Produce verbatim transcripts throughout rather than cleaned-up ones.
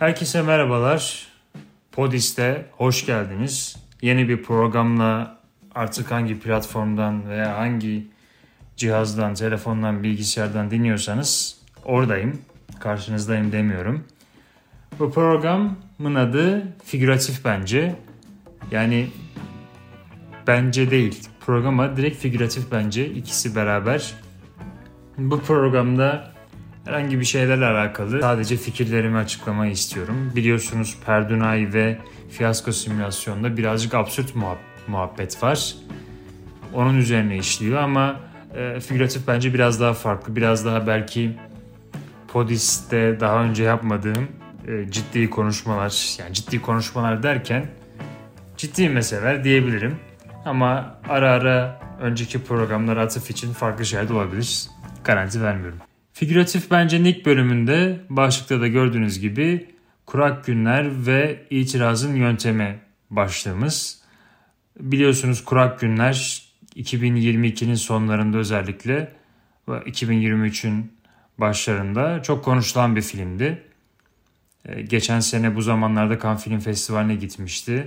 Herkese merhabalar. Podis'te hoş geldiniz. Yeni bir programla artık hangi platformdan veya hangi cihazdan, telefondan, bilgisayardan dinliyorsanız oradayım. Karşınızdayım demiyorum. Bu programın adı figüratif bence. Yani bence değil. Program adı direkt figüratif bence. İkisi beraber. Bu programda herhangi bir şeylerle alakalı sadece fikirlerimi açıklamayı istiyorum. Biliyorsunuz Perdunay ve Fiyasko simülasyonda birazcık absürt muhabbet var. Onun üzerine işliyor ama e, figüratif bence biraz daha farklı. Biraz daha belki Podis'te daha önce yapmadığım e, ciddi konuşmalar, yani ciddi konuşmalar derken ciddi meseleler diyebilirim. Ama ara ara önceki programlara atıf için farklı şeyler de olabilir. Garanti vermiyorum. Figüratif bence'nin ilk bölümünde başlıkta da gördüğünüz gibi kurak günler ve itirazın yöntemi başlığımız. Biliyorsunuz kurak günler iki bin yirmi ikinin sonlarında özellikle ve iki bin yirmi üçün başlarında çok konuşulan bir filmdi. Geçen sene bu zamanlarda Cannes Film Festivali'ne gitmişti.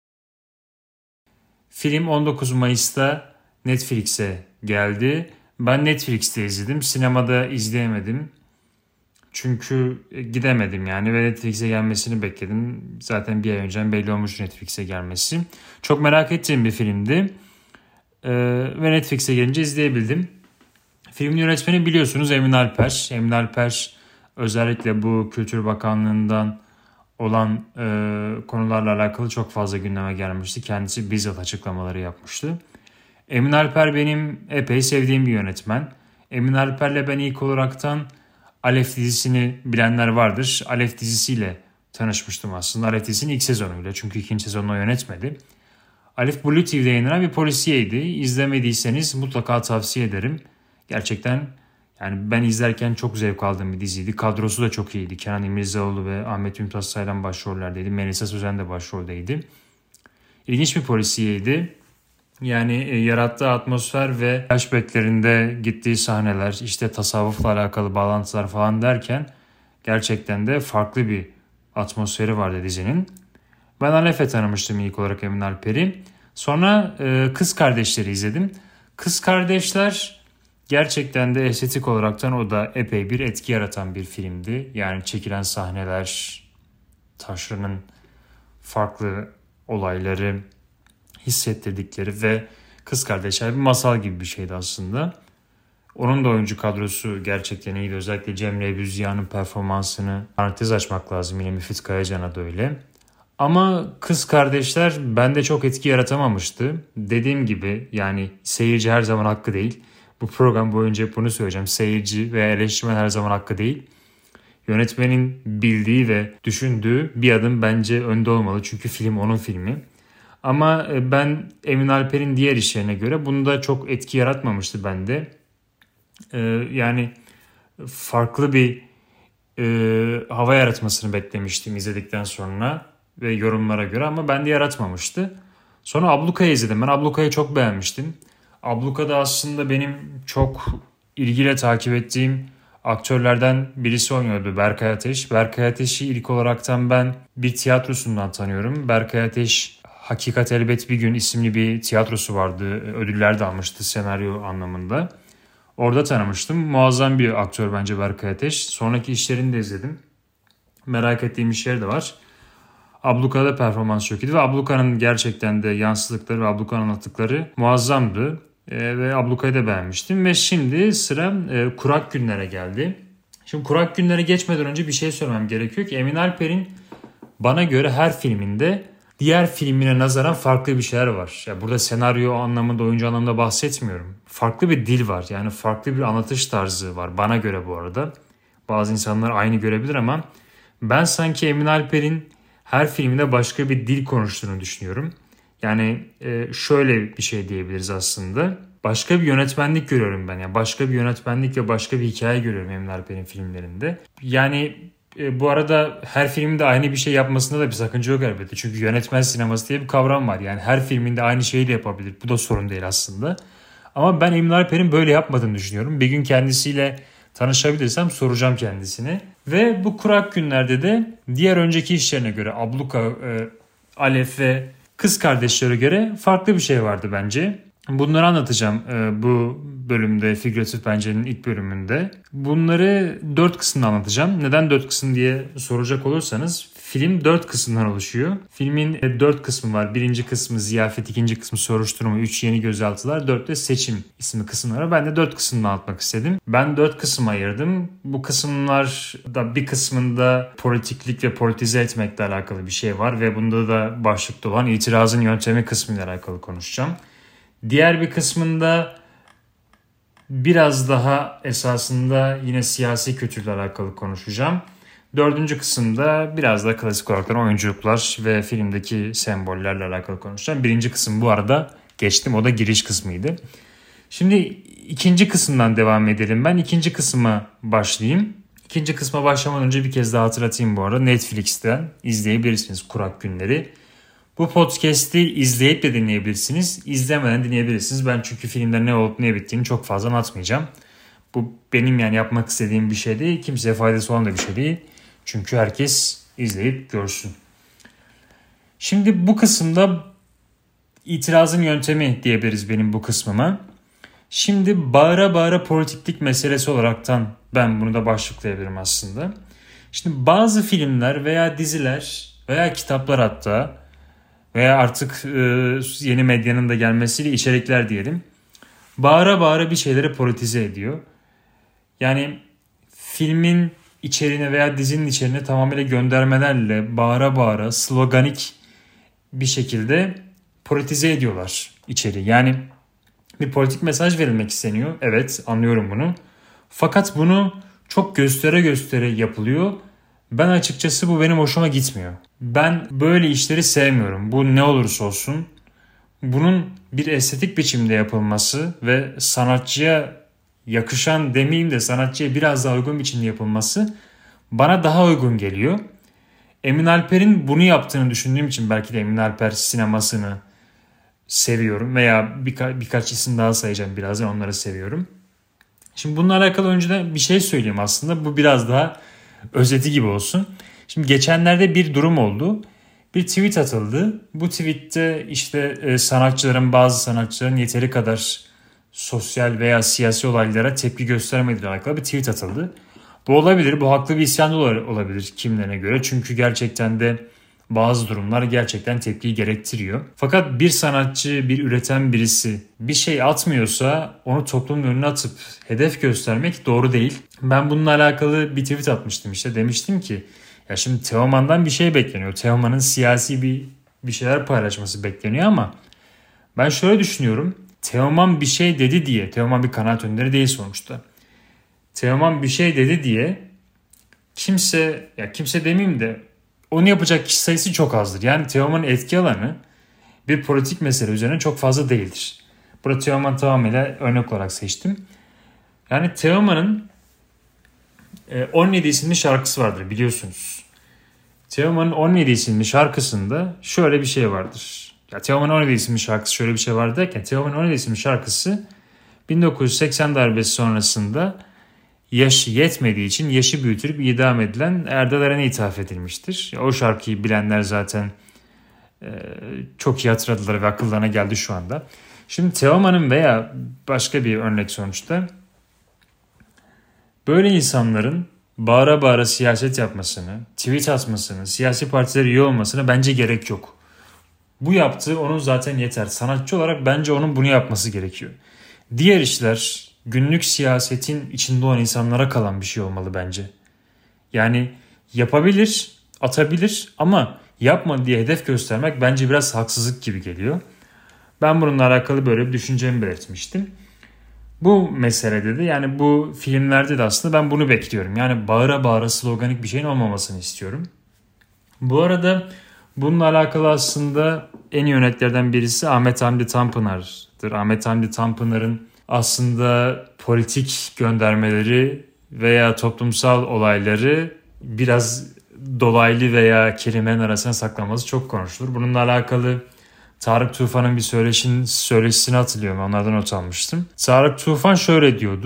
Film on dokuz Mayıs'ta Netflix'e geldi. Ben Netflix'te izledim. Sinemada izleyemedim. Çünkü gidemedim yani ve Netflix'e gelmesini bekledim. Zaten bir ay önce belli olmuş Netflix'e gelmesi. Çok merak ettiğim bir filmdi. Ee, ve Netflix'e gelince izleyebildim. Filmin yönetmeni biliyorsunuz Emin Alper. Emin Alper özellikle bu Kültür Bakanlığı'ndan olan e, konularla alakalı çok fazla gündeme gelmişti. Kendisi bizzat açıklamaları yapmıştı. Emin Alper benim epey sevdiğim bir yönetmen. Emin Alper'le ben ilk olaraktan Alef dizisini bilenler vardır. Alef dizisiyle tanışmıştım aslında. Alef dizisinin ilk sezonuyla. Çünkü ikinci sezonunu yönetmedi. Alef Blue T V'de yayınlanan bir polisiyeydi. İzlemediyseniz mutlaka tavsiye ederim. Gerçekten yani ben izlerken çok zevk aldığım bir diziydi. Kadrosu da çok iyiydi. Kenan İmirzalıoğlu ve Ahmet Ümit Saylan başrollerdeydi. Melisa Sözen de başroldeydi. İlginç bir polisiyeydi. Yani e, yarattığı atmosfer ve flashbacklerinde gittiği sahneler, işte tasavvufla alakalı bağlantılar falan derken gerçekten de farklı bir atmosferi vardı dizinin. Ben Alef'e tanımıştım ilk olarak Emin Alper'i. Sonra e, Kız Kardeşler'i izledim. Kız Kardeşler gerçekten de estetik olaraktan o da epey bir etki yaratan bir filmdi. Yani çekilen sahneler, taşranın farklı olayları hissettirdikleri ve Kız Kardeşler bir masal gibi bir şeydi aslında. Onun da oyuncu kadrosu gerçekten iyiydi. Özellikle Cemre Büzüyan'ın performansını parantez açmak lazım. Yine Müfit Kayacan'a da öyle. Ama Kız Kardeşler bende çok etki yaratamamıştı. Dediğim gibi yani seyirci her zaman hakkı değil. Bu program boyunca hep bunu söyleyeceğim. Seyirci veya eleştirmen her zaman hakkı değil. Yönetmenin bildiği ve düşündüğü bir adım bence önde olmalı. Çünkü film onun filmi. Ama ben Emin Alper'in diğer işlerine göre bunda çok etki yaratmamıştı bende. Ee, yani farklı bir e, hava yaratmasını beklemiştim izledikten sonra ve yorumlara göre ama bende yaratmamıştı. Sonra Abluka'yı izledim. Ben Abluka'yı çok beğenmiştim. Abluka'da aslında benim çok ilgiyle takip ettiğim aktörlerden birisi oynuyordu Berkay Ateş. Berkay Ateş'i ilk olaraktan ben bir tiyatrosundan tanıyorum. Berkay Ateş Hakikat Elbet Bir Gün isimli bir tiyatrosu vardı. Ödüller de almıştı senaryo anlamında. Orada tanımıştım. Muazzam bir aktör bence Berkay Ateş. Sonraki işlerini de izledim. Merak ettiğim işleri de var. Abluka'da performans çok iyiydi ve Abluka'nın gerçekten de yansıttıkları ve Abluka'nın anlattıkları muazzamdı. E, ve Abluka'yı da beğenmiştim. Ve şimdi sıra e, Kurak Günler'e geldi. Şimdi Kurak Günler'e geçmeden önce bir şey söylemem gerekiyor ki Emin Alper'in bana göre her filminde diğer filmine nazaran farklı bir şeyler var. Ya burada senaryo anlamında, oyuncu anlamında bahsetmiyorum. Farklı bir dil var. Yani farklı bir anlatış tarzı var. Bana göre bu arada. Bazı insanlar aynı görebilir ama ben sanki Emin Alper'in her filminde başka bir dil konuştuğunu düşünüyorum. Yani şöyle bir şey diyebiliriz aslında. Başka bir yönetmenlik görüyorum ben. Yani başka bir yönetmenlik ve başka bir hikaye görüyorum Emin Alper'in filmlerinde. Yani E, bu arada her filmde aynı bir şey yapmasında da bir sakınca yok elbette. Çünkü yönetmen sineması diye bir kavram var. Yani her filminde aynı şeyi de yapabilir. Bu da sorun değil aslında. Ama ben Emin Alper'in böyle yapmadığını düşünüyorum. Bir gün kendisiyle Tanışabilirsem soracağım kendisine. Ve bu kurak günlerde de diğer önceki işlerine göre Abluka, e, Alef ve kız kardeşlere göre farklı bir şey vardı bence. Bunları anlatacağım e, bu bölümde, Figüratif Pencere'nin ilk bölümünde. Bunları dört kısımda anlatacağım. Neden dört kısım diye soracak olursanız, film dört kısımdan oluşuyor. Filmin dört kısmı var. Birinci kısmı ziyafet, ikinci kısmı soruşturma, üç yeni gözaltılar, dört de seçim isimli kısımları. Ben de dört kısımda anlatmak istedim. Ben dört kısım ayırdım. Bu kısımlarda bir kısmında politiklik ve politize etmekle alakalı bir şey var ve bunda da başlıkta olan itirazın yöntemi kısmıyla alakalı konuşacağım. Diğer bir kısmında biraz daha esasında yine siyasi kültürle alakalı konuşacağım. Dördüncü kısımda biraz da klasik olarak oyunculuklar ve filmdeki sembollerle alakalı konuşacağım. Birinci kısım bu arada geçtim, o da giriş kısmıydı. Şimdi ikinci kısımdan devam edelim. Ben ikinci kısma başlayayım. İkinci kısma başlamadan önce bir kez daha hatırlatayım bu arada. Netflix'ten izleyebilirsiniz Kurak Günleri. Bu podcast'i izleyip de dinleyebilirsiniz. İzlemeden dinleyebilirsiniz. Ben çünkü filmde ne olup ne bittiğini çok fazla anlatmayacağım. Bu benim yani yapmak istediğim bir şey değil. Kimseye faydası olan da bir şey değil. Çünkü herkes izleyip görsün. Şimdi bu kısımda itirazın yöntemi diyebiliriz benim bu kısmıma. Şimdi bağıra bağıra politiklik meselesi olaraktan ben bunu da başlıklayabilirim aslında. Şimdi bazı filmler veya diziler veya kitaplar hatta veya artık e, yeni medyanın da gelmesiyle içerikler diyelim, bağıra bağıra bir şeyleri politize ediyor. Yani filmin içeriğine veya dizinin içeriğine tamamıyla göndermelerle bağıra bağıra sloganik bir şekilde politize ediyorlar içeriği. Yani bir politik mesaj verilmek isteniyor. Evet, anlıyorum bunu. Fakat bunu çok göstere göstere yapılıyor. Ben açıkçası bu benim hoşuma gitmiyor. Ben böyle işleri sevmiyorum. Bu ne olursa olsun bunun bir estetik biçimde yapılması ve sanatçıya yakışan demeyeyim de sanatçıya biraz daha uygun biçimde yapılması bana daha uygun geliyor. Emin Alper'in bunu yaptığını düşündüğüm için belki de Emin Alper sinemasını seviyorum veya birka- birkaç isim daha sayacağım, birazdan onları seviyorum. Şimdi bununla alakalı önceden bir şey söyleyeyim aslında. Bu biraz daha özeti gibi olsun. Şimdi geçenlerde bir durum oldu. Bir tweet atıldı. Bu tweette işte e, sanatçıların, bazı sanatçıların yeteri kadar sosyal veya siyasi olaylara tepki göstermediğiyle alakalı bir tweet atıldı. Bu olabilir. Bu haklı bir isyan da olabilir kimlerine göre. Çünkü gerçekten de bazı durumlar gerçekten tepkiyi gerektiriyor. Fakat bir sanatçı, bir üreten birisi bir şey atmıyorsa onu toplumun önüne atıp hedef göstermek doğru değil. Ben bununla alakalı bir tweet atmıştım işte. Demiştim ki ya şimdi Teoman'dan bir şey bekleniyor. Teoman'ın siyasi bir bir şeyler paylaşması bekleniyor ama ben şöyle düşünüyorum. Teoman bir şey dedi diye, Teoman bir kanaat önderi değil sonuçta. Teoman bir şey dedi diye kimse, ya kimse demeyeyim de onu yapacak kişi sayısı çok azdır. Yani Teoman'ın etki alanı bir politik mesele üzerine çok fazla değildir. Burada Teoman tamamıyla örnek olarak seçtim. Yani Teoman'ın on yedi isimli şarkısı vardır biliyorsunuz. Teoman'ın on yedi isimli şarkısında şöyle bir şey vardır. Ya Teoman'ın on yedi isimli şarkısı şöyle bir şey var derken Teoman'ın on yedi isimli şarkısı bin dokuz yüz seksen darbesi sonrasında yaşı yetmediği için yaşı büyütülüp idam edilen Erdal Eren'e ithaf edilmiştir. O şarkıyı bilenler zaten e, çok iyi hatırladılar ve akıllarına geldi şu anda. Şimdi Teoman'ın veya başka bir örnek sonuçta böyle insanların bağıra bağıra siyaset yapmasını, tweet atmasını, siyasi partilere üye olmasına bence gerek yok. Bu yaptığı onun zaten yeter. Sanatçı olarak bence onun bunu yapması gerekiyor. Diğer işler günlük siyasetin içinde olan insanlara kalan bir şey olmalı bence. Yani yapabilir, atabilir ama yapma diye hedef göstermek bence biraz haksızlık gibi geliyor. Ben bununla alakalı böyle bir düşüncemi belirtmiştim. Bu meselede de yani bu filmlerde de aslında ben bunu bekliyorum. Yani bağıra bağıra sloganik bir şeyin olmamasını istiyorum. Bu arada bununla alakalı aslında en iyi örneklerden birisi Ahmet Hamdi Tanpınar'dır. Ahmet Hamdi Tanpınar'ın aslında politik göndermeleri veya toplumsal olayları biraz dolaylı veya kelimenin arasına saklaması çok konuşulur. Bununla alakalı Tarık Tufan'ın bir söyleşin, söyleşisini hatırlıyorum. Onlardan not almıştım. Tarık Tufan şöyle diyordu.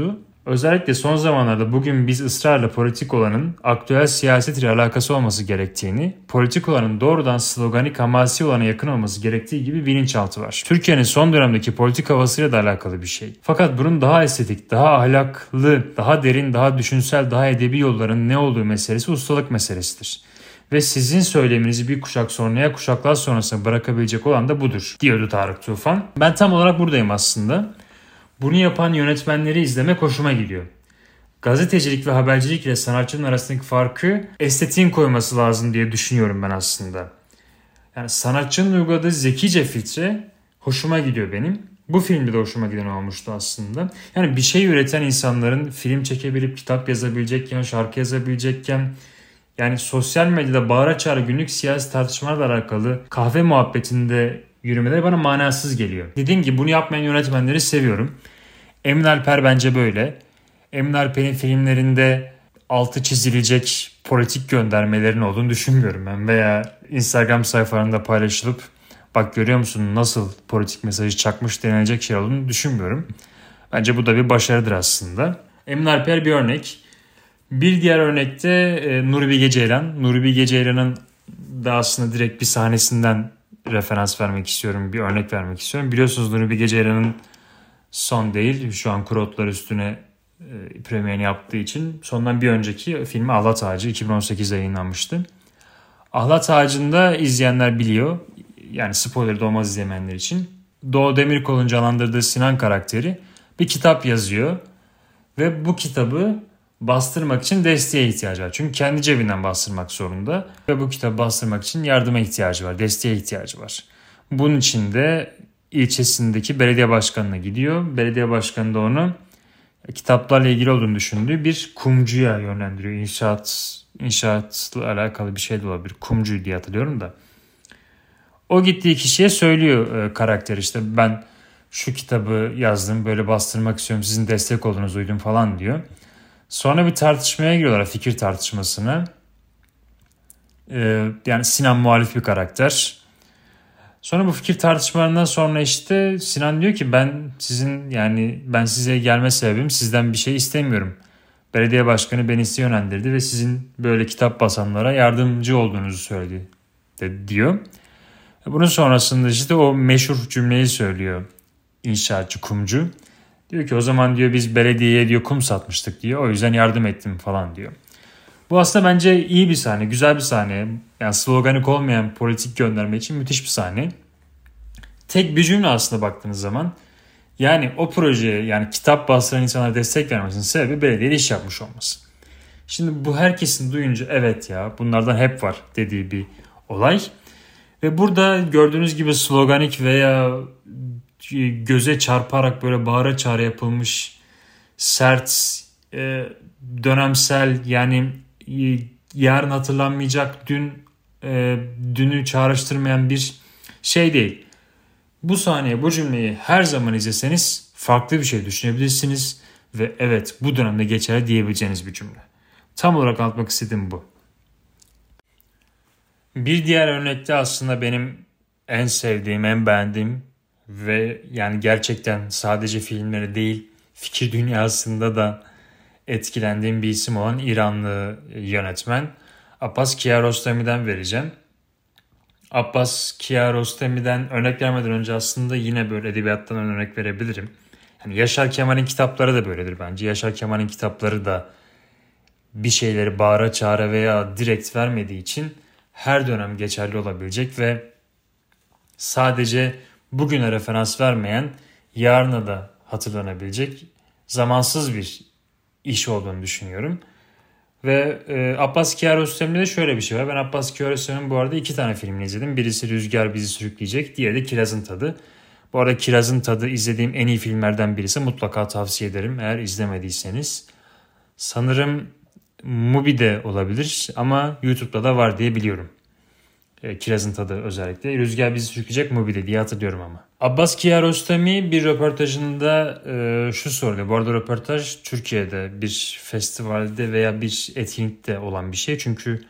Özellikle son zamanlarda bugün biz ısrarla politik olanın aktüel siyaset ile alakası olması gerektiğini, politik olanın doğrudan sloganik hamasi olana yakın olması gerektiği gibi bilinçaltı var. Türkiye'nin son dönemdeki politik havasıyla da alakalı bir şey. Fakat bunun daha estetik, daha ahlaklı, daha derin, daha düşünsel, daha edebi yolların ne olduğu meselesi ustalık meselesidir. Ve sizin söyleminizi bir kuşak sonraya, kuşaklar sonrasına bırakabilecek olan da budur, diyordu Tarık Tufan. Ben tam olarak buradayım aslında. Bunu yapan yönetmenleri izlemek hoşuma gidiyor. Gazetecilik ve habercilik ile sanatçının arasındaki farkı estetiğin koyması lazım diye düşünüyorum ben aslında. Yani sanatçının uyguladığı zekice filtre hoşuma gidiyor benim. Bu filmde de hoşuma giden olmuştu aslında. Yani bir şey üreten insanların film çekebilip kitap yazabilecekken, şarkı yazabilecekken, yani sosyal medyada bağıra çağıra günlük siyasi tartışmalarla alakalı kahve muhabbetinde yürümeleri bana manasız geliyor. Dediğim gibi bunu yapmayan yönetmenleri seviyorum. Emin Alper bence böyle. Emin Alper'in filmlerinde altı çizilecek politik göndermelerin olduğunu düşünmüyorum ben. Veya Instagram sayfalarında paylaşılıp bak görüyor musun nasıl politik mesajı çakmış denilecek şey olduğunu düşünmüyorum. Bence bu da bir başarıdır aslında. Emin Alper bir örnek. Bir diğer örnekte e, Nuri Bilge Ceylan. Nuri Bilge Ceylan'ın da aslında direkt bir sahnesinden referans vermek istiyorum. Bir örnek vermek istiyorum. Biliyorsunuz Nuri Bilge Ceylan'ın son değil şu an Kurotlar üstüne e, premierini yaptığı için sondan bir önceki filmi Ahlat Ağacı iki bin on sekizde yayınlanmıştı. Ahlat Ağacı'nda izleyenler biliyor. Yani spoiler da olmaz izlemeyenler için. Doğu Demirkol'un canlandırdığı Sinan karakteri bir kitap yazıyor. Ve bu kitabı bastırmak için desteğe ihtiyacı var. Çünkü kendi cebinden bastırmak zorunda. Ve bu kitabı bastırmak için yardıma ihtiyacı var. Desteğe ihtiyacı var. Bunun için de ilçesindeki belediye başkanına gidiyor. Belediye başkanı da onu kitaplarla ilgili olduğunu düşündüğü bir kumcuya yönlendiriyor. İnşaat, inşaatla alakalı bir şey de olabilir. Kumcu diye hatırlıyorum da. O gittiği kişiye söylüyor e, karakter işte ben şu kitabı yazdım böyle bastırmak istiyorum sizin destek olduğunuzu duydum falan diyor. Sonra bir tartışmaya giriyorlar fikir tartışmasına. E, yani Sinan muhalif bir karakter. Sonra bu fikir tartışmalarından sonra işte Sinan diyor ki ben sizin yani ben size gelme sebebim sizden bir şey istemiyorum. Belediye başkanı beni size yönlendirdi ve sizin böyle kitap basanlara yardımcı olduğunuzu söyledi de, diyor. Bunun sonrasında işte o meşhur cümleyi söylüyor inşaatçı kumcu. Diyor ki o zaman diyor biz belediyeye diyor kum satmıştık diyor. O yüzden yardım ettim falan diyor. Bu aslında bence iyi bir sahne, güzel bir sahne. Yani sloganik olmayan politik gönderme için müthiş bir sahne. Tek bir cümle aslında baktığınız zaman. Yani o projeye yani kitap bastıran insanlara destek vermesinin sebebi belediyeyle iş yapmış olması. Şimdi bu herkesin duyunca evet ya bunlardan hep var dediği bir olay. Ve burada gördüğünüz gibi sloganik veya göze çarparak böyle bağıra çağıra yapılmış sert, dönemsel yani yarın hatırlanmayacak dün dünü çağrıştırmayan bir şey değil. Bu sahneyi, bu cümleyi her zaman izleseniz farklı bir şey düşünebilirsiniz ve evet bu dönemde geçerli diyebileceğiniz bir cümle. Tam olarak anlatmak istediğim bu. Bir diğer örnekte aslında benim en sevdiğim, en beğendiğim ve yani gerçekten sadece filmleri değil fikir dünyasında da etkilendiğim bir isim olan İranlı yönetmen Abbas Kiarostami'den vereceğim. Abbas Kiarostami'den örnek vermeden önce aslında yine böyle edebiyattan örnek verebilirim. Yani Yaşar Kemal'in kitapları da böyledir bence. Yaşar Kemal'in kitapları da bir şeyleri bağıra çağıra veya direkt vermediği için her dönem geçerli olabilecek ve sadece bugüne referans vermeyen yarına da hatırlanabilecek zamansız bir iş olduğunu düşünüyorum. Ve e, Abbas Kiarostami'de de şöyle bir şey var. Ben Abbas Kiarostami'nin bu arada iki tane filmini izledim. Birisi Rüzgar Bizi Sürükleyecek. Diğeri de Kirazın Tadı. Bu arada Kirazın Tadı izlediğim en iyi filmlerden birisi. Mutlaka tavsiye ederim eğer izlemediyseniz. Sanırım Mubi'de olabilir ama YouTube'da da var diye biliyorum. E, Kirazın Tadı özellikle. Rüzgar Bizi Sürükleyecek Mubi'de diye hatırlıyorum ama. Abbas Kiarostami bir röportajında e, şu soruyor. Bu arada röportaj Türkiye'de bir festivalde veya bir etkinlikte olan bir şey. Çünkü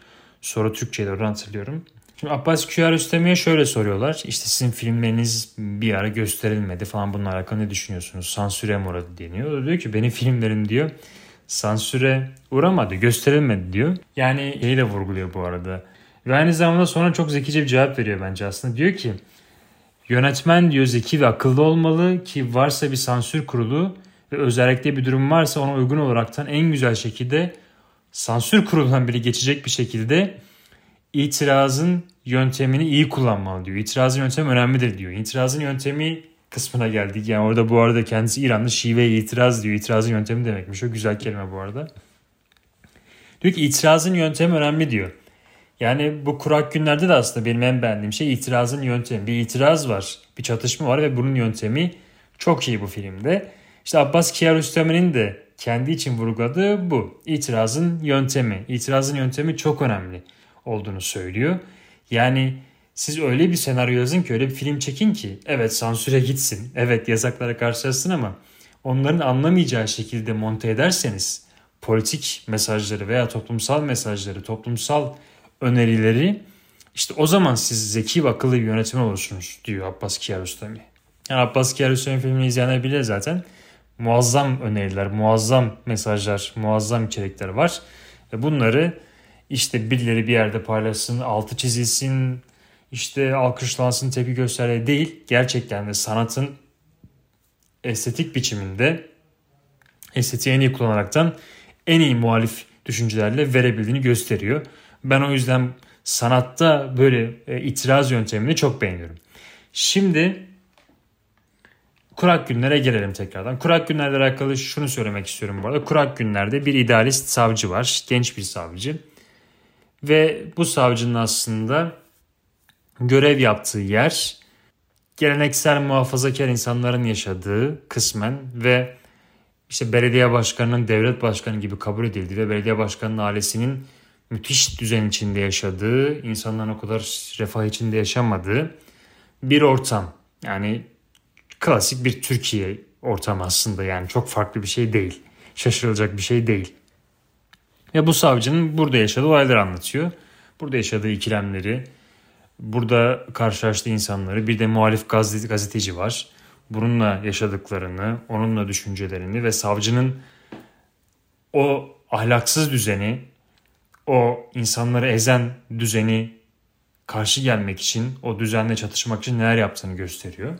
Soru Türkçe'de, oradan hatırlıyorum. Şimdi Abbas Kiarostami'ye şöyle soruyorlar. İşte sizin filmleriniz bir ara gösterilmedi falan, bununla alakalı ne düşünüyorsunuz? Sansüre mi uğradı deniyor. O da diyor ki benim filmlerim diyor sansüre uğramadı, gösterilmedi diyor. Yani şeyi de vurguluyor bu arada. Ve aynı zamanda sonra çok zekice bir cevap veriyor bence aslında. Diyor ki yönetmen diyor zeki ve akıllı olmalı ki varsa bir sansür kurulu ve özellikle bir durum varsa ona uygun olaraktan en güzel şekilde sansür kurulundan biri geçecek bir şekilde itirazın yöntemini iyi kullanmalı diyor. İtirazın yöntemi önemlidir diyor. İtirazın yöntemi kısmına geldik. Yani orada bu arada kendisi İranlı şive itiraz diyor. İtirazın yöntemi demekmiş. O güzel kelime bu arada. Diyor ki itirazın yöntemi önemli diyor. Yani bu kurak günlerde de aslında benim en beğendiğim şey itirazın yöntemi. Bir itiraz var, bir çatışma var ve bunun yöntemi çok iyi bu filmde. İşte Abbas Kiarostami'nin de kendi için vurguladığı bu. İtirazın yöntemi. İtirazın yöntemi çok önemli olduğunu söylüyor. Yani siz öyle bir senaryo yazın ki, öyle bir film çekin ki evet sansüre gitsin, evet yasaklara karşılaşsın ama onların anlamayacağı şekilde monte ederseniz politik mesajları veya toplumsal mesajları, toplumsal önerileri, işte o zaman siz zeki ve akıllı bir yönetmen olursunuz diyor Abbas Kiarostami. Yani Abbas Kiarostami filmini izleyenler bilir zaten. Muazzam öneriler, muazzam mesajlar, muazzam içerikler var. Ve bunları işte birileri bir yerde paylaşsın, altı çizilsin, işte alkışlansın, tepki gösterdiği değil. Gerçekten de sanatın estetik biçiminde estetiği en iyi kullanaraktan en iyi muhalif düşüncelerle verebildiğini gösteriyor. Ben o yüzden sanatta böyle e, itiraz yöntemini çok beğeniyorum. Şimdi Kurak Günler'e gelelim tekrardan. Kurak Günler'le alakalı şunu söylemek istiyorum bu arada. Kurak Günler'de bir idealist savcı var. Genç bir savcı. Ve bu savcının aslında görev yaptığı yer geleneksel muhafazakar insanların yaşadığı kısmen ve işte belediye başkanının devlet başkanı gibi kabul edildiği ve belediye başkanının ailesinin müthiş düzen içinde yaşadığı, insanların o kadar refah içinde yaşamadığı bir ortam. Yani klasik bir Türkiye ortamı aslında, yani çok farklı bir şey değil. Şaşırılacak bir şey değil. Ve bu savcının burada yaşadığı olayları anlatıyor. Burada yaşadığı ikilemleri, burada karşılaştığı insanları, bir de muhalif gazeteci var. Bununla yaşadıklarını, onunla düşüncelerini ve savcının o ahlaksız düzeni, o insanları ezen düzeni karşı gelmek için, o düzenle çatışmak için neler yaptığını gösteriyor.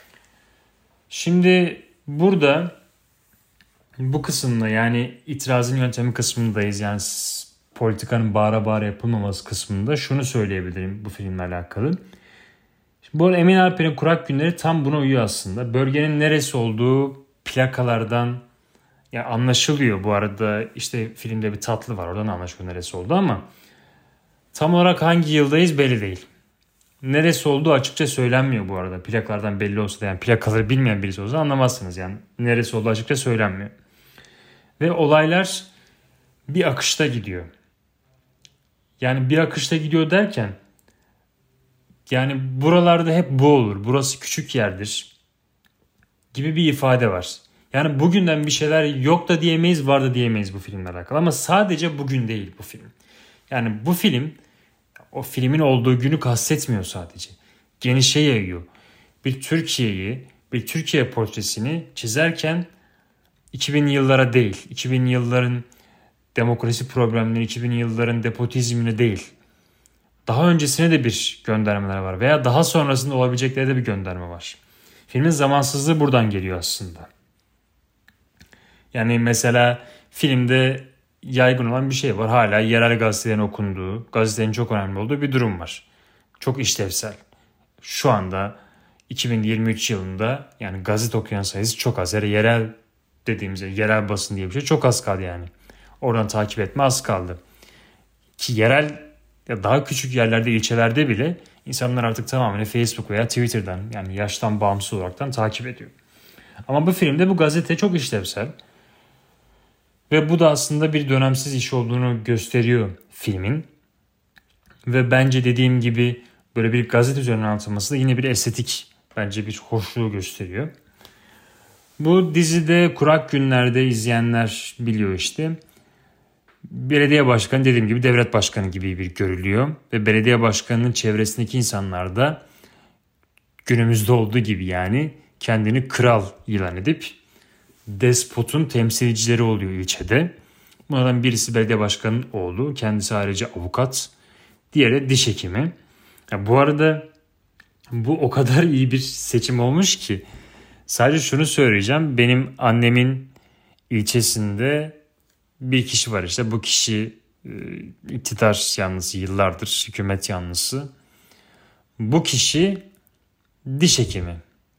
Şimdi burada bu kısımda, yani itirazın yöntemi kısmındayız. Yani politikanın bağıra bağıra yapılmaması kısmında şunu söyleyebilirim bu filmle alakalı. Şimdi bu arada Emin Alper'in Kurak Günleri tam buna uyuyor aslında. Bölgenin neresi olduğu plakalardan ya anlaşılıyor. Bu arada işte filmde bir tatlı var, oradan anlaşılıyor neresi oldu ama tam olarak hangi yıldayız belli değil. Neresi olduğu açıkça söylenmiyor bu arada. Plakalardan belli olsa da, yani plakaları bilmeyen birisi olsa anlamazsınız yani. Neresi olduğu açıkça söylenmiyor. Ve olaylar bir akışta gidiyor. Yani bir akışta gidiyor derken yani buralarda hep bu olur, burası küçük yerdir gibi bir ifade var. Yani bugünden bir şeyler yok da diyemeyiz, var da diyemeyiz bu filmle alakalı. Ama sadece bugün değil bu film. Yani bu film o filmin olduğu günü kastetmiyor sadece. Genişe yayıyor. Bir Türkiye'yi, bir Türkiye portresini çizerken iki binli yıllara değil, iki binli yılların demokrasi problemleri, iki binli yılların depotizmine değil, daha öncesine de bir göndermeler var veya daha sonrasında olabilecekleri de bir gönderme var. Filmin zamansızlığı buradan geliyor aslında. Yani mesela filmde yaygın olan bir şey var. Hala yerel gazetelerin okunduğu, gazetenin çok önemli olduğu bir durum var. Çok işlevsel. Şu anda iki bin yirmi üç yılında yani gazete okuyan sayısı çok az. Yani yerel dediğimizde yerel basın diye bir şey çok az kaldı yani. Oradan takip etme az kaldı. Ki yerel ya daha küçük yerlerde, ilçelerde bile insanlar artık tamamen Facebook veya Twitter'dan, yani yaştan bağımsız olaraktan takip ediyor. Ama bu filmde bu gazete çok işlevsel. Ve bu da aslında bir dönemsiz iş olduğunu gösteriyor filmin. Ve bence dediğim gibi böyle bir gazete üzerine anlatılması da yine bir estetik, bence bir hoşluğu gösteriyor. Bu dizide Kurak Günler'de izleyenler biliyor işte. Belediye başkanı dediğim gibi devlet başkanı gibi bir görülüyor. Ve belediye başkanının çevresindeki insanlar da günümüzde olduğu gibi yani kendini kral ilan edip despotun temsilcileri oluyor ilçede. Bunlardan birisi belediye başkanının oğlu. Kendisi ayrıca avukat. Diğeri diş hekimi. Ya bu arada bu o kadar iyi bir seçim olmuş ki sadece şunu söyleyeceğim. Benim annemin ilçesinde bir kişi var işte. Bu kişi e, iktidar yanlısı yıllardır. Hükümet yanlısı. Bu kişi diş hekimi.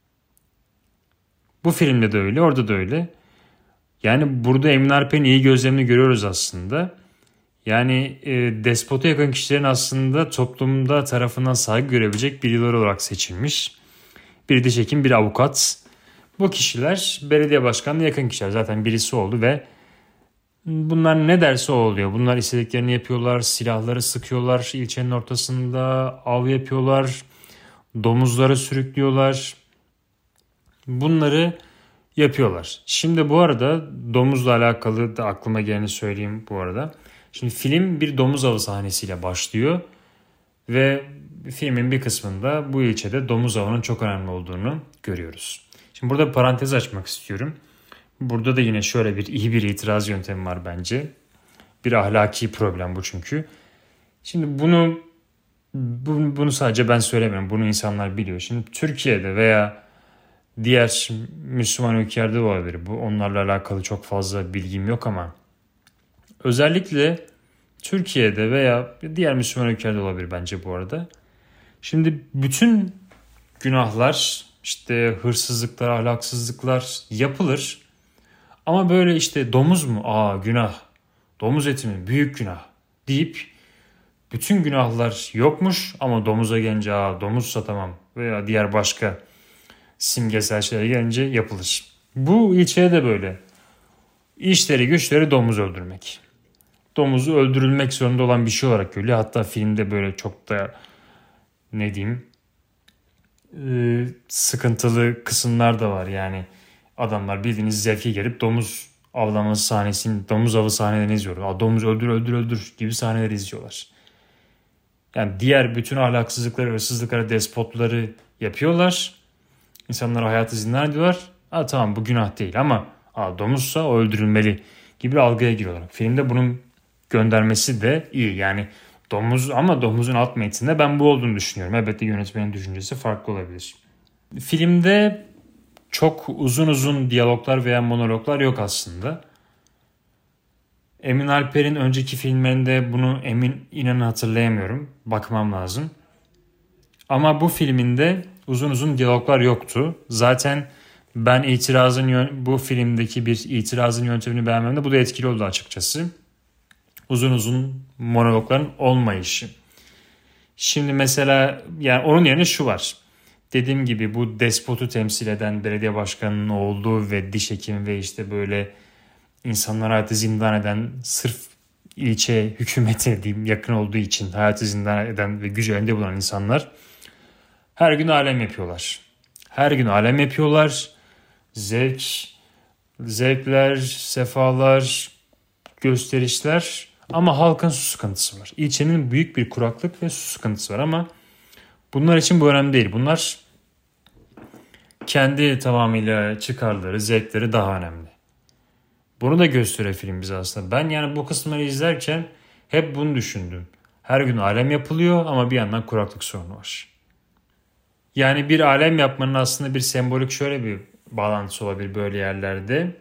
Bu filmde de öyle, orada da öyle. Yani burada Emin Alper'in iyi gözlemini görüyoruz aslında. Yani e, despota yakın kişilerin aslında toplumda tarafından saygı görebilecek birileri olarak seçilmiş. Bir diş hekim, bir avukat. Bu kişiler belediye başkanına yakın kişiler. Zaten birisi oldu ve bunlar ne derse o oluyor. Bunlar istediklerini yapıyorlar, silahları sıkıyorlar, ilçenin ortasında av yapıyorlar, domuzları sürüklüyorlar. Bunları yapıyorlar. Şimdi bu arada domuzla alakalı da aklıma geleni söyleyeyim bu arada. Şimdi film bir domuz avı sahnesiyle başlıyor ve filmin bir kısmında bu ilçede domuz avının çok önemli olduğunu görüyoruz. Şimdi burada bir parantez açmak istiyorum. Burada da yine şöyle bir iyi bir itiraz yöntemi var bence. Bir ahlaki problem bu çünkü. Şimdi bunu bunu sadece ben söylemiyorum. Bunu insanlar biliyor. Şimdi Türkiye'de veya diğer Müslüman ülkelerde olabilir. Bu onlarla alakalı çok fazla bilgim yok ama özellikle Türkiye'de veya diğer Müslüman ülkelerde olabilir bence bu arada. Şimdi bütün günahlar, işte hırsızlıklar, ahlaksızlıklar yapılır. Ama böyle işte domuz mu? Aa günah. Domuz eti mi? Büyük günah deyip bütün günahlar yokmuş ama domuza gelince aa domuz satamam veya diğer başka simgesel şeyler gelince yapılır. Bu ilçeye de böyle. İşleri güçleri domuz öldürmek. Domuzu öldürülmek zorunda olan bir şey olarak görülüyor. Hatta filmde böyle çok da ne diyeyim sıkıntılı kısımlar da var. Yani adamlar bildiğiniz zevke gelip domuz avlaması sahnesini, domuz avı sahnelerini izliyor. Aa, domuz öldür öldür öldür gibi sahneleri izliyorlar. Yani diğer bütün ahlaksızlıkları, hırsızlıkları, despotları yapıyorlar. İnsanlara hayatı zindan ediyorlar. Aa, tamam bu günah değil ama aa, domuzsa o öldürülmeli gibi bir algıya giriyorlar. Filmde bunun göndermesi de iyi. Yani domuz ama domuzun alt metninde ben bu olduğunu düşünüyorum. Elbette yönetmenin düşüncesi farklı olabilir. Filmde çok uzun uzun diyaloglar veya monologlar yok aslında. Emin Alper'in önceki filmlerinde bunu emin inanın hatırlayamıyorum. Bakmam lazım. Ama bu filminde uzun uzun diyaloglar yoktu. Zaten ben itirazın bu filmdeki bir itirazın yöntemini beğenmemde bu da etkili oldu açıkçası. Uzun uzun monologların olmayışı. Şimdi mesela yani onun yerine şu var. Dediğim gibi bu despotu temsil eden belediye başkanının olduğu ve diş hekimi ve işte böyle insanlara hayatı zindan eden sırf ilçe hükümetine diyeyim yakın olduğu için hayatı zindan eden ve gücü elinde bulan insanlar her gün alem yapıyorlar. Her gün alem yapıyorlar. Zevk, zevkler, sefalar, gösterişler ama halkın su sıkıntısı var. İlçenin büyük bir kuraklık ve su sıkıntısı var ama bunlar için bu önemli değil. Bunlar kendi tamamıyla çıkarları, zevkleri daha önemli. Bunu da gösteriyor film bize aslında. Ben yani bu kısımları izlerken hep bunu düşündüm. Her gün alem yapılıyor ama bir yandan kuraklık sorunu var. Yani bir alem yapmanın aslında bir sembolik şöyle bir bağlantısı olabilir böyle yerlerde.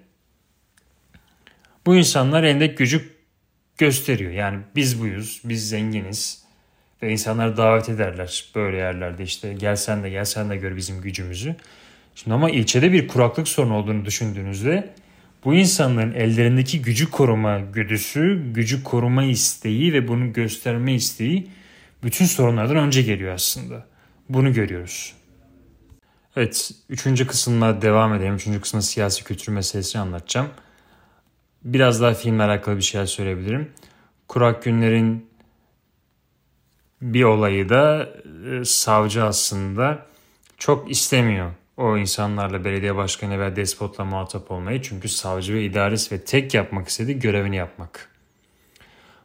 Bu insanlar elindeki gücü gösteriyor. Yani biz buyuz, biz zenginiz ve insanları davet ederler böyle yerlerde işte gelsen de gelsen de gör bizim gücümüzü. Şimdi ama ilçede bir kuraklık sorunu olduğunu düşündüğünüzde bu insanların ellerindeki gücü koruma güdüsü, gücü koruma isteği ve bunu gösterme isteği bütün sorunlardan önce geliyor aslında. Bunu görüyoruz. Evet, üçüncü kısımla devam edelim. Üçüncü kısımda siyasi kültür meselesini anlatacağım. Biraz daha filmle alakalı bir şeyler söyleyebilirim. Kurak Günler'in bir olayı da e, savcı aslında çok istemiyor o insanlarla belediye başkanı veya despotla muhatap olmayı. Çünkü savcı ve idaresi ve tek yapmak istediği görevini yapmak.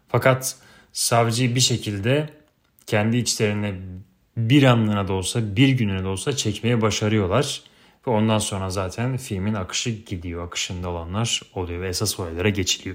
Fakat savcıyı bir şekilde kendi içlerine bir anlığına da olsa, bir gününe de olsa çekmeye başarıyorlar. Ve ondan sonra zaten filmin akışı gidiyor. Akışında olanlar oluyor ve esas olaylara geçiliyor.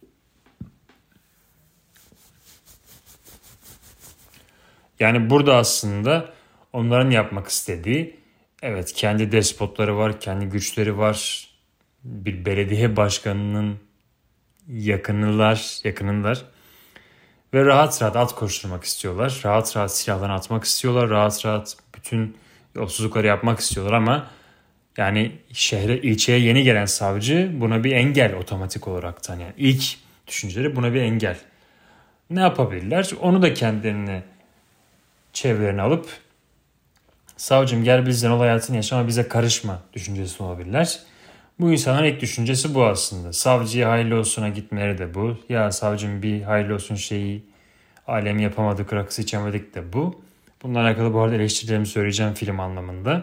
Yani burada aslında onların yapmak istediği, evet kendi despotları var, kendi güçleri var. Bir belediye başkanının yakınılar, yakınınlar. Ve rahat rahat at koşturmak istiyorlar. Rahat rahat silahlarını atmak istiyorlar. Rahat rahat bütün yolsuzlukları yapmak istiyorlar ama yani şehre, ilçeye yeni gelen savcı buna bir engel otomatik olarak. Yani ilk düşünceleri buna bir engel. Ne yapabilirler? Onu da kendilerine çevrelerine alıp savcım gel bizden ol hayatını yaşa ama bize karışma düşüncesi olabilirler. Bu insanların ilk düşüncesi bu aslında. Savcıya hayırlı olsuna gitmeleri de bu. Ya savcım bir hayırlı olsun şeyi alemi yapamadık, rakısı içemedik de bu. Bununla alakalı bu arada eleştirilerimi söyleyeceğim film anlamında.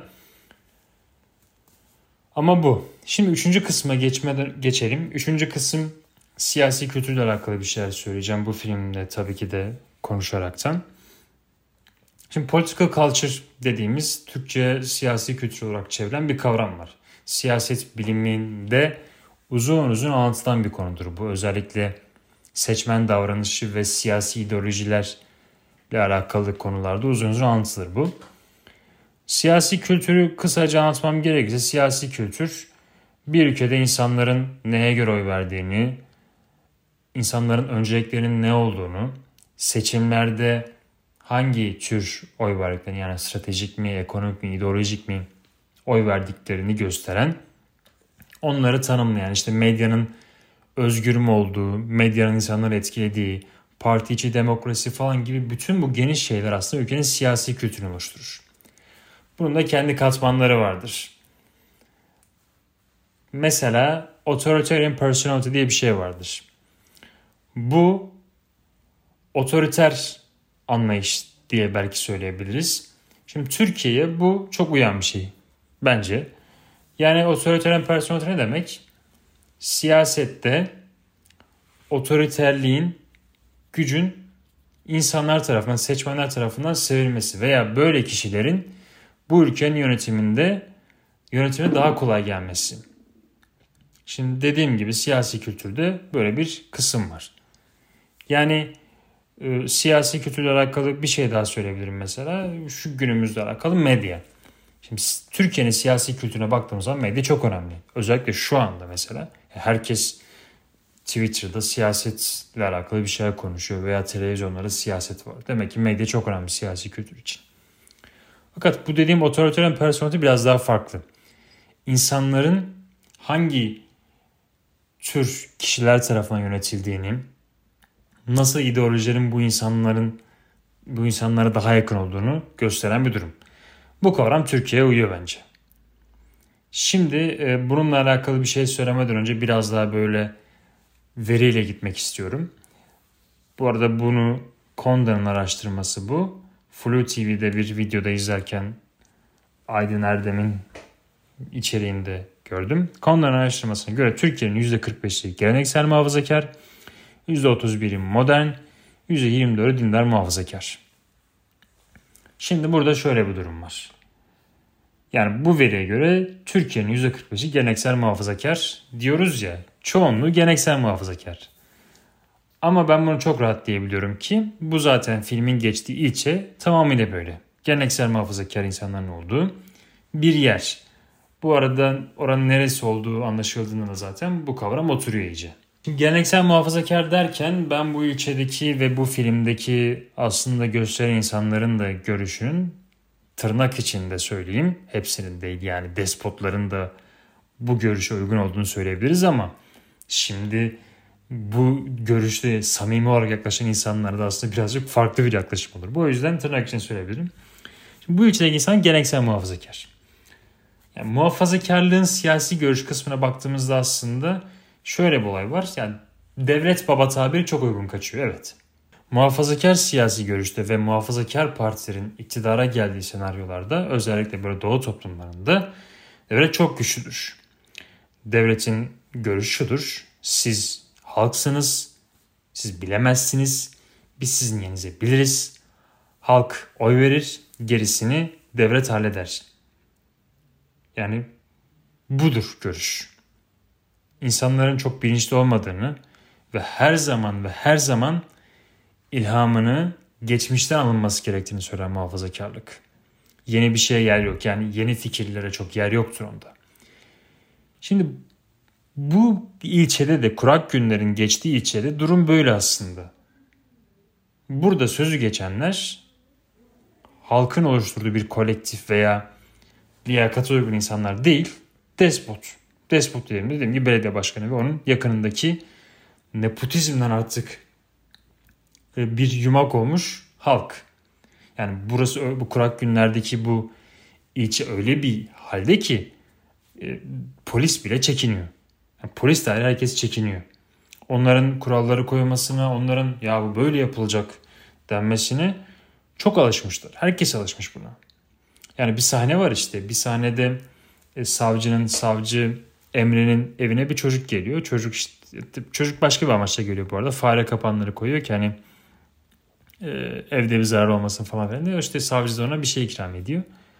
Ama bu. Şimdi üçüncü kısma geçmeden geçelim. Üçüncü kısım siyasi kültürle alakalı bir şeyler söyleyeceğim. Bu filmde tabii ki de konuşaraktan. Şimdi political culture dediğimiz Türkçe siyasi kültür olarak çevrilen bir kavram var. Siyaset biliminde uzun uzun anlatılan bir konudur bu. Özellikle seçmen davranışı ve siyasi ideolojilerle alakalı konularda uzun uzun anlatılır bu. Siyasi kültürü kısaca anlatmam gerekirse siyasi kültür bir ülkede insanların neye göre oy verdiğini, insanların önceliklerinin ne olduğunu, seçimlerde hangi tür oy verdiklerini yani stratejik mi, ekonomik mi, ideolojik mi oy verdiklerini gösteren, onları tanımlayan, işte medyanın özgür mü olduğu, medyanın insanları etkilediği, parti içi demokrasi falan gibi bütün bu geniş şeyler aslında ülkenin siyasi kültürünü oluşturur. Bunun da kendi katmanları vardır. Mesela authoritarian personality diye bir şey vardır. Bu otoriter anlayış diye belki söyleyebiliriz. Şimdi Türkiye'ye bu çok uyan bir şey bence. Yani otoriter personality ne demek? Siyasette otoriterliğin, gücün insanlar tarafından, seçmenler tarafından sevilmesi veya böyle kişilerin bu ülkenin yönetiminde yönetime daha kolay gelmesi. Şimdi dediğim gibi siyasi kültürde böyle bir kısım var. Yani e, siyasi kültürle alakalı bir şey daha söyleyebilirim mesela. Şu günümüzle alakalı medya. Şimdi Türkiye'nin siyasi kültürüne baktığımız zaman medya çok önemli. Özellikle şu anda mesela herkes Twitter'da siyasetle alakalı bir şeyler konuşuyor veya televizyonlarda siyaset var. Demek ki medya çok önemli siyasi kültür için. Fakat bu dediğim otoriter personality biraz daha farklı. İnsanların hangi tür kişiler tarafından yönetildiğini, nasıl ideolojilerin bu insanların bu insanlara daha yakın olduğunu gösteren bir durum. Bu kavram Türkiye'ye uyuyor bence. Şimdi e, bununla alakalı bir şey söylemeden önce biraz daha böyle veriyle gitmek istiyorum. Bu arada bunu Konda'nın araştırması bu. Flu T V'de bir videoda izlerken Aydın Erdem'in içeriğinde gördüm. Konda'nın araştırmasına göre Türkiye'nin yüzde kırk beşi geleneksel muhafazakar, yüzde otuz biri modern, yüzde yirmi dördü dindar muhafazakar. Şimdi burada şöyle bir durum var. Yani bu veriye göre Türkiye'nin yüzde kırk beşi geleneksel muhafazakar diyoruz ya, çoğunluğu geleneksel muhafazakar. Ama ben bunu çok rahat diyebiliyorum ki bu zaten filmin geçtiği ilçe tamamıyla böyle. Geleneksel muhafazakar insanların olduğu bir yer. Bu arada oranın neresi olduğu anlaşıldığında da zaten bu kavram oturuyor iyice. Şimdi geleneksel muhafazakar derken ben bu ilçedeki ve bu filmdeki aslında gösteren insanların da görüşünün tırnak içinde söyleyeyim. Hepsinin değil yani despotların da bu görüşe uygun olduğunu söyleyebiliriz ama şimdi bu görüşte samimi olarak yaklaşan insanlara da aslında birazcık farklı bir yaklaşım olur. Bu yüzden tırnak için söyleyebilirim. Şimdi bu ülkedeki insan geleneksel muhafazakar. Yani muhafazakarlığın siyasi görüş kısmına baktığımızda aslında şöyle bir olay var. Yani devlet baba tabiri çok uygun kaçıyor, evet. Muhafazakar siyasi görüşte ve muhafazakar partilerin iktidara geldiği senaryolarda özellikle böyle doğu toplumlarında devlet çok güçlüdür. Devletin görüşü şudur: siz halksınız, Siz bilemezsiniz. Biz sizin yerinize biliriz. Halk oy verir. Gerisini devlet halleder. Yani budur görüş. İnsanların çok bilinçli olmadığını ve her zaman ve her zaman ilhamını geçmişten alınması gerektiğini söyler muhafazakarlık. Yeni bir şeye yer yok. Yani yeni fikirlere çok yer yoktur onda. Şimdi bu ilçede de, kurak günlerin geçtiği ilçede durum böyle aslında. Burada sözü geçenler halkın oluşturduğu bir kolektif veya liyakata uygun insanlar değil, despot. Despot diyelim, dediğim gibi belediye başkanı ve onun yakınındaki nepotizmden artık bir yumak olmuş halk. Yani burası, bu kurak günlerdeki bu ilçe öyle bir halde ki e, polis bile çekiniyor. Yani polis dahil herkes çekiniyor. Onların kuralları koymasına, onların ya bu böyle yapılacak denmesine çok alışmışlar. Herkes alışmış buna. Yani bir sahne var işte. Bir sahnede e, savcının, savcı Emre'nin evine bir çocuk geliyor. Çocuk işte, çocuk başka bir amaçla geliyor bu arada. Fare kapanları koyuyor ki hani e, evde bir zarar olmasın falan filan diyor. İşte savcı da ona bir şey ikram ediyor.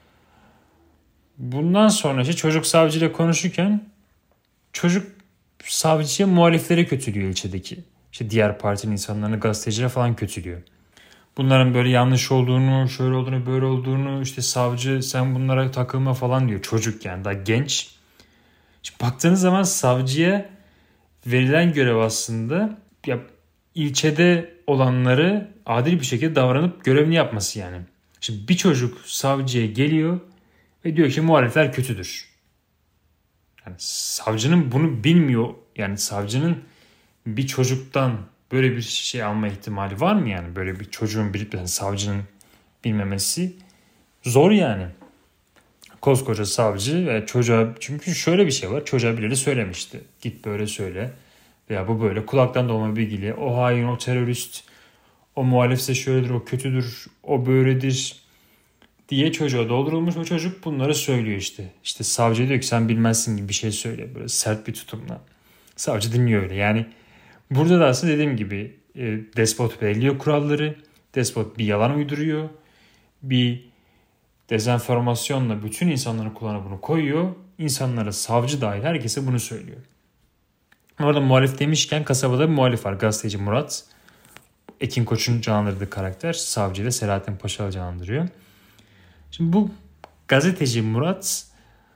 Bundan sonra işte çocuk savcıyla konuşurken çocuk savcıya muhalifleri kötülüyor ilçedeki. İşte diğer partinin insanlarını, gazetecilere falan kötülüyor. Bunların böyle yanlış olduğunu, şöyle olduğunu, böyle olduğunu, işte savcı sen bunlara takılma falan diyor. Çocuk yani daha genç. Şimdi baktığınız zaman savcıya verilen görev aslında ya, ilçede olanları adil bir şekilde davranıp görevini yapması yani. Şimdi bir çocuk savcıya geliyor ve diyor ki muhalifler kötüdür. Yani savcının bunu bilmiyor. Yani savcının bir çocuktan böyle bir şey alma ihtimali var mı yani? Böyle bir çocuğun bilip yani savcının bilmemesi zor yani. Koskoca savcı ve çocuğa, çünkü şöyle bir şey var. Çocuğa birileri söylemişti. Git böyle söyle. Veya bu böyle kulaktan dolma bilgiyle o hain, o terörist, o muhalifse şöyledir, o kötüdür, o böyledir diye çocuğa doldurulmuş. O çocuk bunları söylüyor işte. İşte savcı diyor ki sen bilmezsin gibi bir şey söyle. Böyle sert bir tutumla. Savcı dinliyor öyle. Yani burada da aslında dediğim gibi e, despot belirliyor kuralları. Despot bir yalan uyduruyor. Bir dezenformasyonla bütün insanların kulağına bunu koyuyor. İnsanlara, savcı dahil herkese bunu söylüyor. Orada muhalif demişken kasabada bir muhalif var. Gazeteci Murat. Ekin Koç'un canlandırdığı karakter. Savcıyı da Selahattin Paşalı canlandırıyor. Şimdi bu gazeteci Murat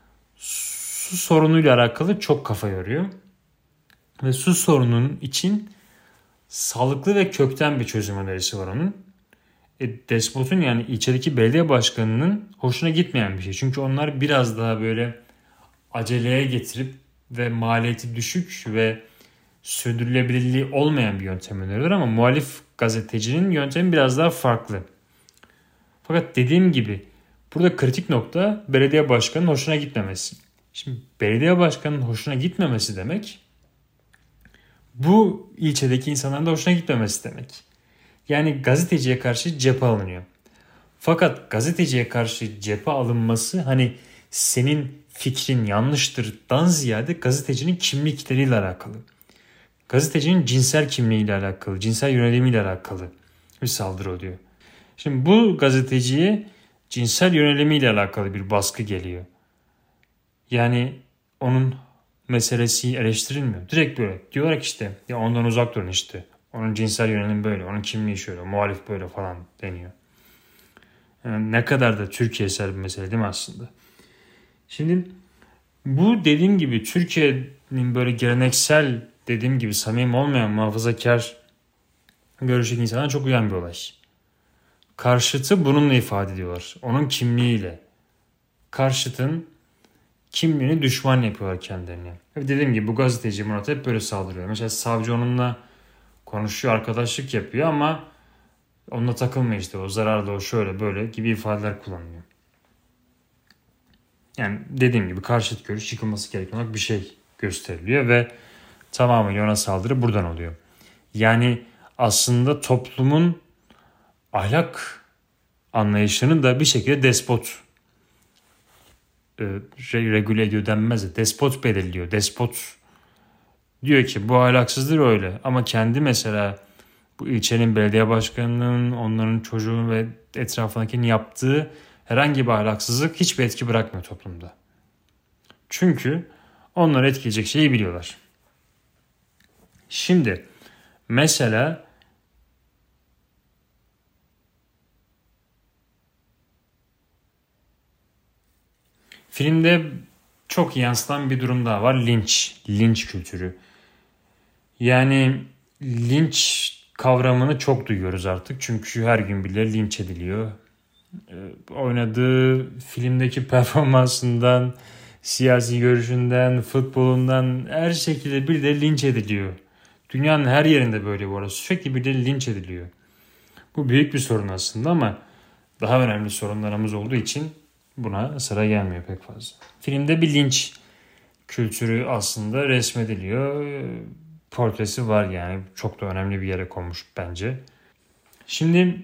su sorunuyla alakalı çok kafa yoruyor. Ve su sorununun için sağlıklı ve kökten bir çözüm önerisi var onun. E, despotun yani ilçedeki belediye başkanının hoşuna gitmeyen bir şey. Çünkü onlar biraz daha böyle aceleye getirip ve maliyeti düşük ve sürdürülebilirliği olmayan bir yöntem öneriyorlar ama muhalif gazetecinin yöntemi biraz daha farklı. Fakat dediğim gibi burada kritik nokta belediye başkanının hoşuna gitmemesi. Şimdi belediye başkanının hoşuna gitmemesi demek bu ilçedeki insanların da hoşuna gitmemesi demek. Yani gazeteciye karşı cephe alınıyor. Fakat gazeteciye karşı cephe alınması hani senin fikrin yanlıştırdan ziyade gazetecinin kimlikleriyle alakalı. Gazetecinin cinsel kimliğiyle alakalı, cinsel yönelimiyle alakalı bir saldırı oluyor. Şimdi bu gazeteciye cinsel yönelimiyle alakalı bir baskı geliyor. Yani onun meselesi eleştirilmiyor. Direkt böyle diyorlar ki işte ya ondan uzak durun işte. Onun cinsel yönelimi böyle, onun kimliği şöyle, muhalif böyle falan deniyor. Yani ne kadar da Türkiye'sel bir mesele değil mi aslında? Şimdi bu dediğim gibi Türkiye'nin böyle geleneksel, dediğim gibi samimi olmayan muhafazakar görüşteki insana çok uyan bir olay. Karşıtı bununla ifade ediyorlar. Onun kimliğiyle. Karşıtın kimliğini düşman yapıyorlar kendilerine. Dediğim gibi bu gazeteci Murat hep böyle saldırıyor. Mesela savcı onunla konuşuyor, arkadaşlık yapıyor ama onunla takılmıyor işte. O zararlı, o şöyle böyle gibi ifadeler kullanıyor. Yani dediğim gibi karşıt görüş yıkılması gereken bir şey gösteriliyor ve tamamıyla ona saldırı buradan oluyor. Yani aslında toplumun ahlak anlayışını da bir şekilde despot e, regüle ediyor denmez de despot belirliyor. Despot diyor ki bu ahlaksızdır öyle ama kendi mesela bu ilçenin belediye başkanının, onların çocuğu ve etrafındakinin yaptığı herhangi bir ahlaksızlık hiçbir etki bırakmıyor toplumda. Çünkü onları etkileyecek şeyi biliyorlar. Şimdi mesela filmde çok iyi yansıtan bir durum daha var. Linç. Linç kültürü. Yani linç kavramını çok duyuyoruz artık. Çünkü her gün bile linç ediliyor. Ee, oynadığı filmdeki performansından, siyasi görüşünden, futbolundan her şekilde bir de linç ediliyor. Dünyanın her yerinde böyle bu arada. Sürekli bir de linç ediliyor. Bu büyük bir sorun aslında ama daha önemli sorunlarımız olduğu için buna sıra gelmiyor pek fazla. Filmde bir linç kültürü aslında resmediliyor. Portresi var yani. Çok da önemli bir yere konmuş bence. Şimdi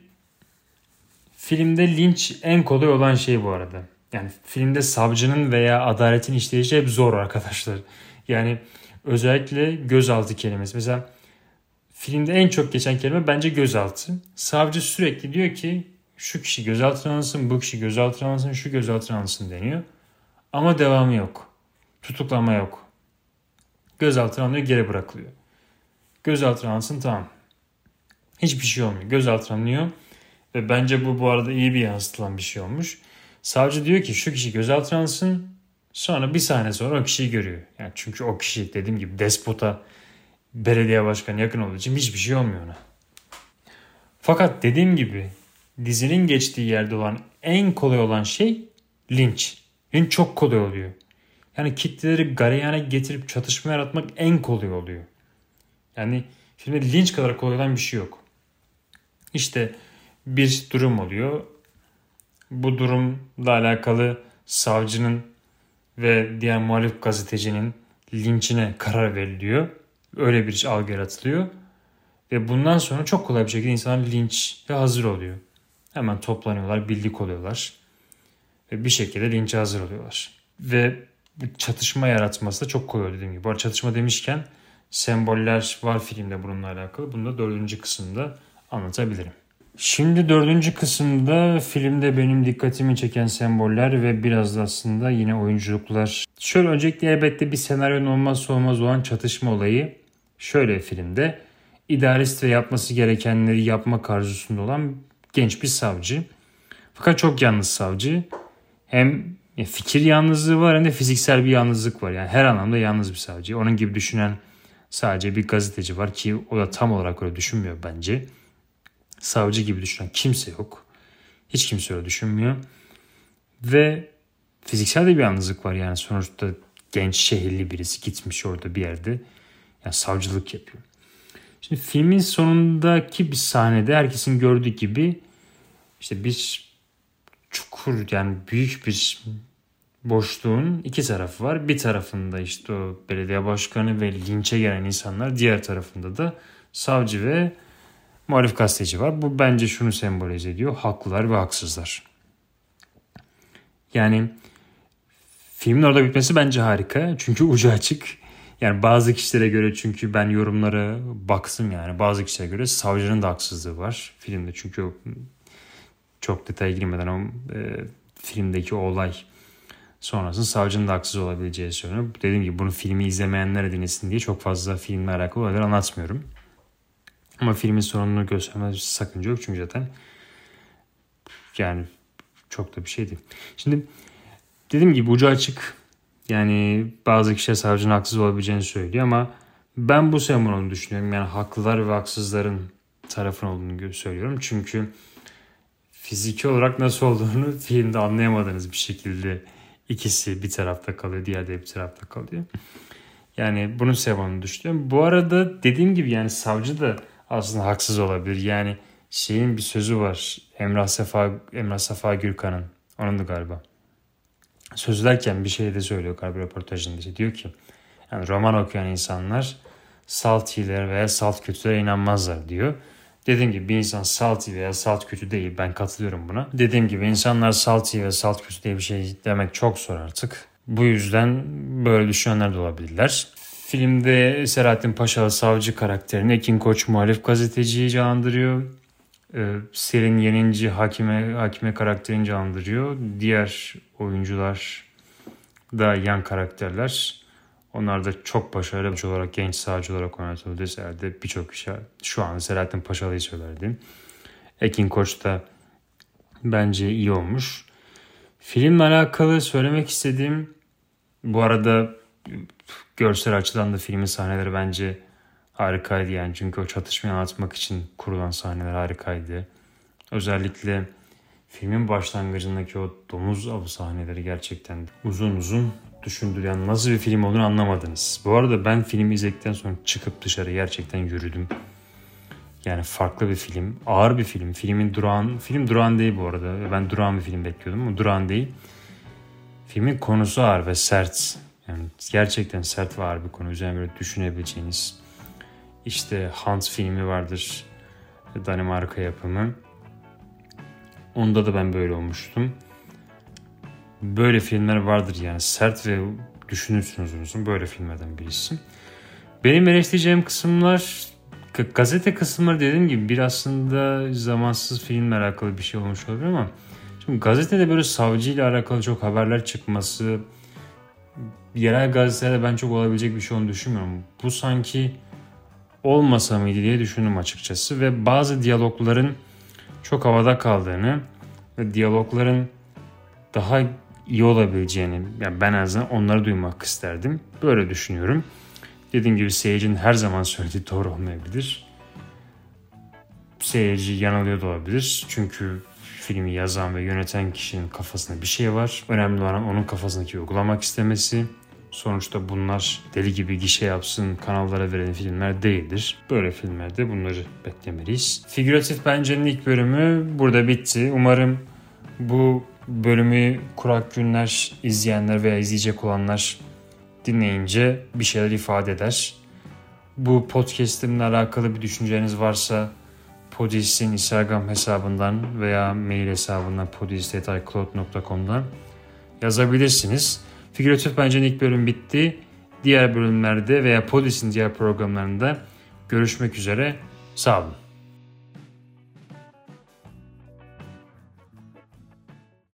filmde linç en kolay olan şey bu arada. Yani filmde savcının veya adaletin işleyişi hep zor arkadaşlar. Yani özellikle gözaltı kelimesi. Mesela filmde en çok geçen kelime bence gözaltı. Savcı sürekli diyor ki şu kişi gözaltına alınsın, bu kişi gözaltına alınsın, şu gözaltına alınsın deniyor. Ama devamı yok. Tutuklama yok. Gözaltına alınıyor, geri bırakılıyor. Gözaltına alınsın, tamam. Hiçbir şey olmuyor. Gözaltına alınıyor. Ve bence bu bu arada iyi bir yansıtılan bir şey olmuş. Savcı diyor ki şu kişi gözaltına alınsın. Sonra bir saniye sonra o kişiyi görüyor. Yani çünkü o kişi dediğim gibi despota, belediye başkanı yakın olduğu için hiçbir şey olmuyor ona. Fakat dediğim gibi dizinin geçtiği yerde olan en kolay olan şey linç. Linç çok kolay oluyor. Yani kitleleri galeyana getirip çatışma yaratmak en kolay oluyor. Yani filmde linç kadar kolay olan bir şey yok. İşte bir durum oluyor. Bu durumla alakalı savcının ve diğer muhalif gazetecinin linçine karar veriliyor. Öyle bir algı yaratılıyor. Ve bundan sonra çok kolay bir şekilde insanlar linçe hazır oluyor. Hemen toplanıyorlar, birlik oluyorlar. Ve bir şekilde linçe hazır oluyorlar. Ve bu çatışma yaratması da çok kolay dediğim gibi. Bu arada çatışma demişken semboller var filmde bununla alakalı. Bunu da dördüncü kısımda anlatabilirim. Şimdi dördüncü kısımda filmde benim dikkatimi çeken semboller ve biraz da aslında yine oyunculuklar. Şöyle öncelikle elbette bir senaryonun olmazsa olmaz olan çatışma olayı. Şöyle filmde idealist ve yapması gerekenleri yapmak arzusunda olan genç bir savcı. Fakat çok yalnız savcı. Hem fikir yalnızlığı var hem de fiziksel bir yalnızlık var. Yani her anlamda yalnız bir savcı. Onun gibi düşünen sadece bir gazeteci var ki o da tam olarak öyle düşünmüyor bence. Savcı gibi düşünen kimse yok. Hiç kimse öyle düşünmüyor. Ve fiziksel de bir yalnızlık var. Yani sonuçta genç şehirli birisi gitmiş orada bir yerde. Yani savcılık yapıyor. Şimdi filmin sonundaki bir sahnede herkesin gördüğü gibi işte bir çukur, yani büyük bir boşluğun iki tarafı var. Bir tarafında işte o belediye başkanı ve linçe gelen insanlar, diğer tarafında da savcı ve muhalif gazeteci var. Bu bence şunu sembolize ediyor: haklılar ve haksızlar. Yani filmin orada bitmesi bence harika. Çünkü ucu açık. Yani bazı kişilere göre, çünkü ben yorumlara baktım, yani bazı kişilere göre savcının da haksızlığı var filmde. Çünkü o, çok detaya girmeden o e, filmdeki o olay sonrasında savcının da haksız olabileceği söyleniyor. Dediğim gibi bunu filmi izlemeyenler dinlesin diye çok fazla filmle alakalı olaylar anlatmıyorum. Ama filmin sonunu göstermez sakınca yok çünkü zaten yani çok da bir şey değil. Şimdi dediğim gibi ucu açık. Yani bazı kişiler savcının haksız olabileceğini söylüyor ama ben bu sembol olduğunu düşünüyorum. Yani haklılar ve haksızların tarafın olduğunu söylüyorum. Çünkü fiziki olarak nasıl olduğunu filmde anlayamadığınız bir şekilde ikisi bir tarafta kalıyor, diğer de bir tarafta kalıyor. Yani bunun sembolünü düşünüyorum. Bu arada dediğim gibi yani savcı da aslında haksız olabilir. Yani şeyin bir sözü var. Emrah Safa, Emrah Safa Gürkan'ın. Onun da galiba. Söz derken bir şey de söylüyor galiba röportajında. İşte diyor ki yani roman okuyan insanlar salt iyiler veya salt kötülere inanmazlar diyor. Dediğim gibi bir insan salt iyi veya salt kötü değil. Ben katılıyorum buna. Dediğim gibi insanlar salt iyi ve salt kötü diye bir şey demek çok zor artık. Bu yüzden böyle düşünenler de olabilirler. Filmde Selahattin Paşalı savcı karakterini Ekin Koç muhalif gazeteciyi canlandırıyor. Ee, Selin Yeninci hakime, hakime karakterini canlandırıyor. Diğer oyuncular da yan karakterler. Onlar da çok başarılı olarak, genç savcı olarak oynatıldı deselerdi birçok kişi şu an Selahattin Paşalı'yı söylerdi. Ekin Koç da bence iyi olmuş. Filmle alakalı söylemek istediğim, bu arada görsel açıdan da filmin sahneleri bence harikaydı yani. Çünkü o çatışmayı anlatmak için kurulan sahneler harikaydı. Özellikle filmin başlangıcındaki o domuz avı sahneleri gerçekten uzun uzun düşündüren, nasıl bir film olduğunu anlamadınız. Bu arada ben filmi izledikten sonra çıkıp dışarı gerçekten yürüdüm. Yani farklı bir film, ağır bir film. Filmin durağan, film durağan değil bu arada. Ben durağan bir film bekliyordum ama durağan değil. Filmin konusu ağır ve sert. Yani gerçekten sert ve ağır bir konu. Üzerine böyle düşünebileceğiniz. İşte Hans filmi vardır. Danimarka yapımı. Onda da ben böyle olmuştum. Böyle filmler vardır yani. Sert ve düşünürsünüz uzun. Böyle filmlerden birisi. Benim eleştireceğim kısımlar, gazete kısımları dediğim gibi bir aslında zamansız filmle alakalı bir şey olmuş olabilir ama şimdi gazetede böyle savcıyla alakalı çok haberler çıkması, yerel gazetelerde ben çok olabilecek bir şey olduğunu düşünmüyorum. Bu sanki olmasa mıydı diye düşündüm açıkçası ve bazı diyalogların çok havada kaldığını ve diyalogların daha iyi olabileceğini, yani ben en azından onları duymak isterdim. Böyle düşünüyorum. Dediğim gibi seyircinin her zaman söylediği doğru olmayabilir. Seyirci yanılıyor da olabilir. Çünkü filmi yazan ve yöneten kişinin kafasında bir şey var. Önemli olan onun kafasındaki uygulamak istemesi. Sonuçta bunlar deli gibi gişe yapsın, kanallara verilen filmler değildir. Böyle filmlerde bunları beklemeliyiz. Figüratif Pencere'nin ilk bölümü burada bitti. Umarım bu bölümü Kurak Günler izleyenler veya izleyecek olanlar dinleyince bir şeyler ifade eder. Bu podcast'imle alakalı bir düşünceniz varsa Podis'in Instagram hesabından veya mail hesabından podis at i cloud nokta com'dan yazabilirsiniz. Figüratif Pencere'nin ilk bölüm bitti. Diğer bölümlerde veya Podis'in diğer programlarında görüşmek üzere. Sağ olun.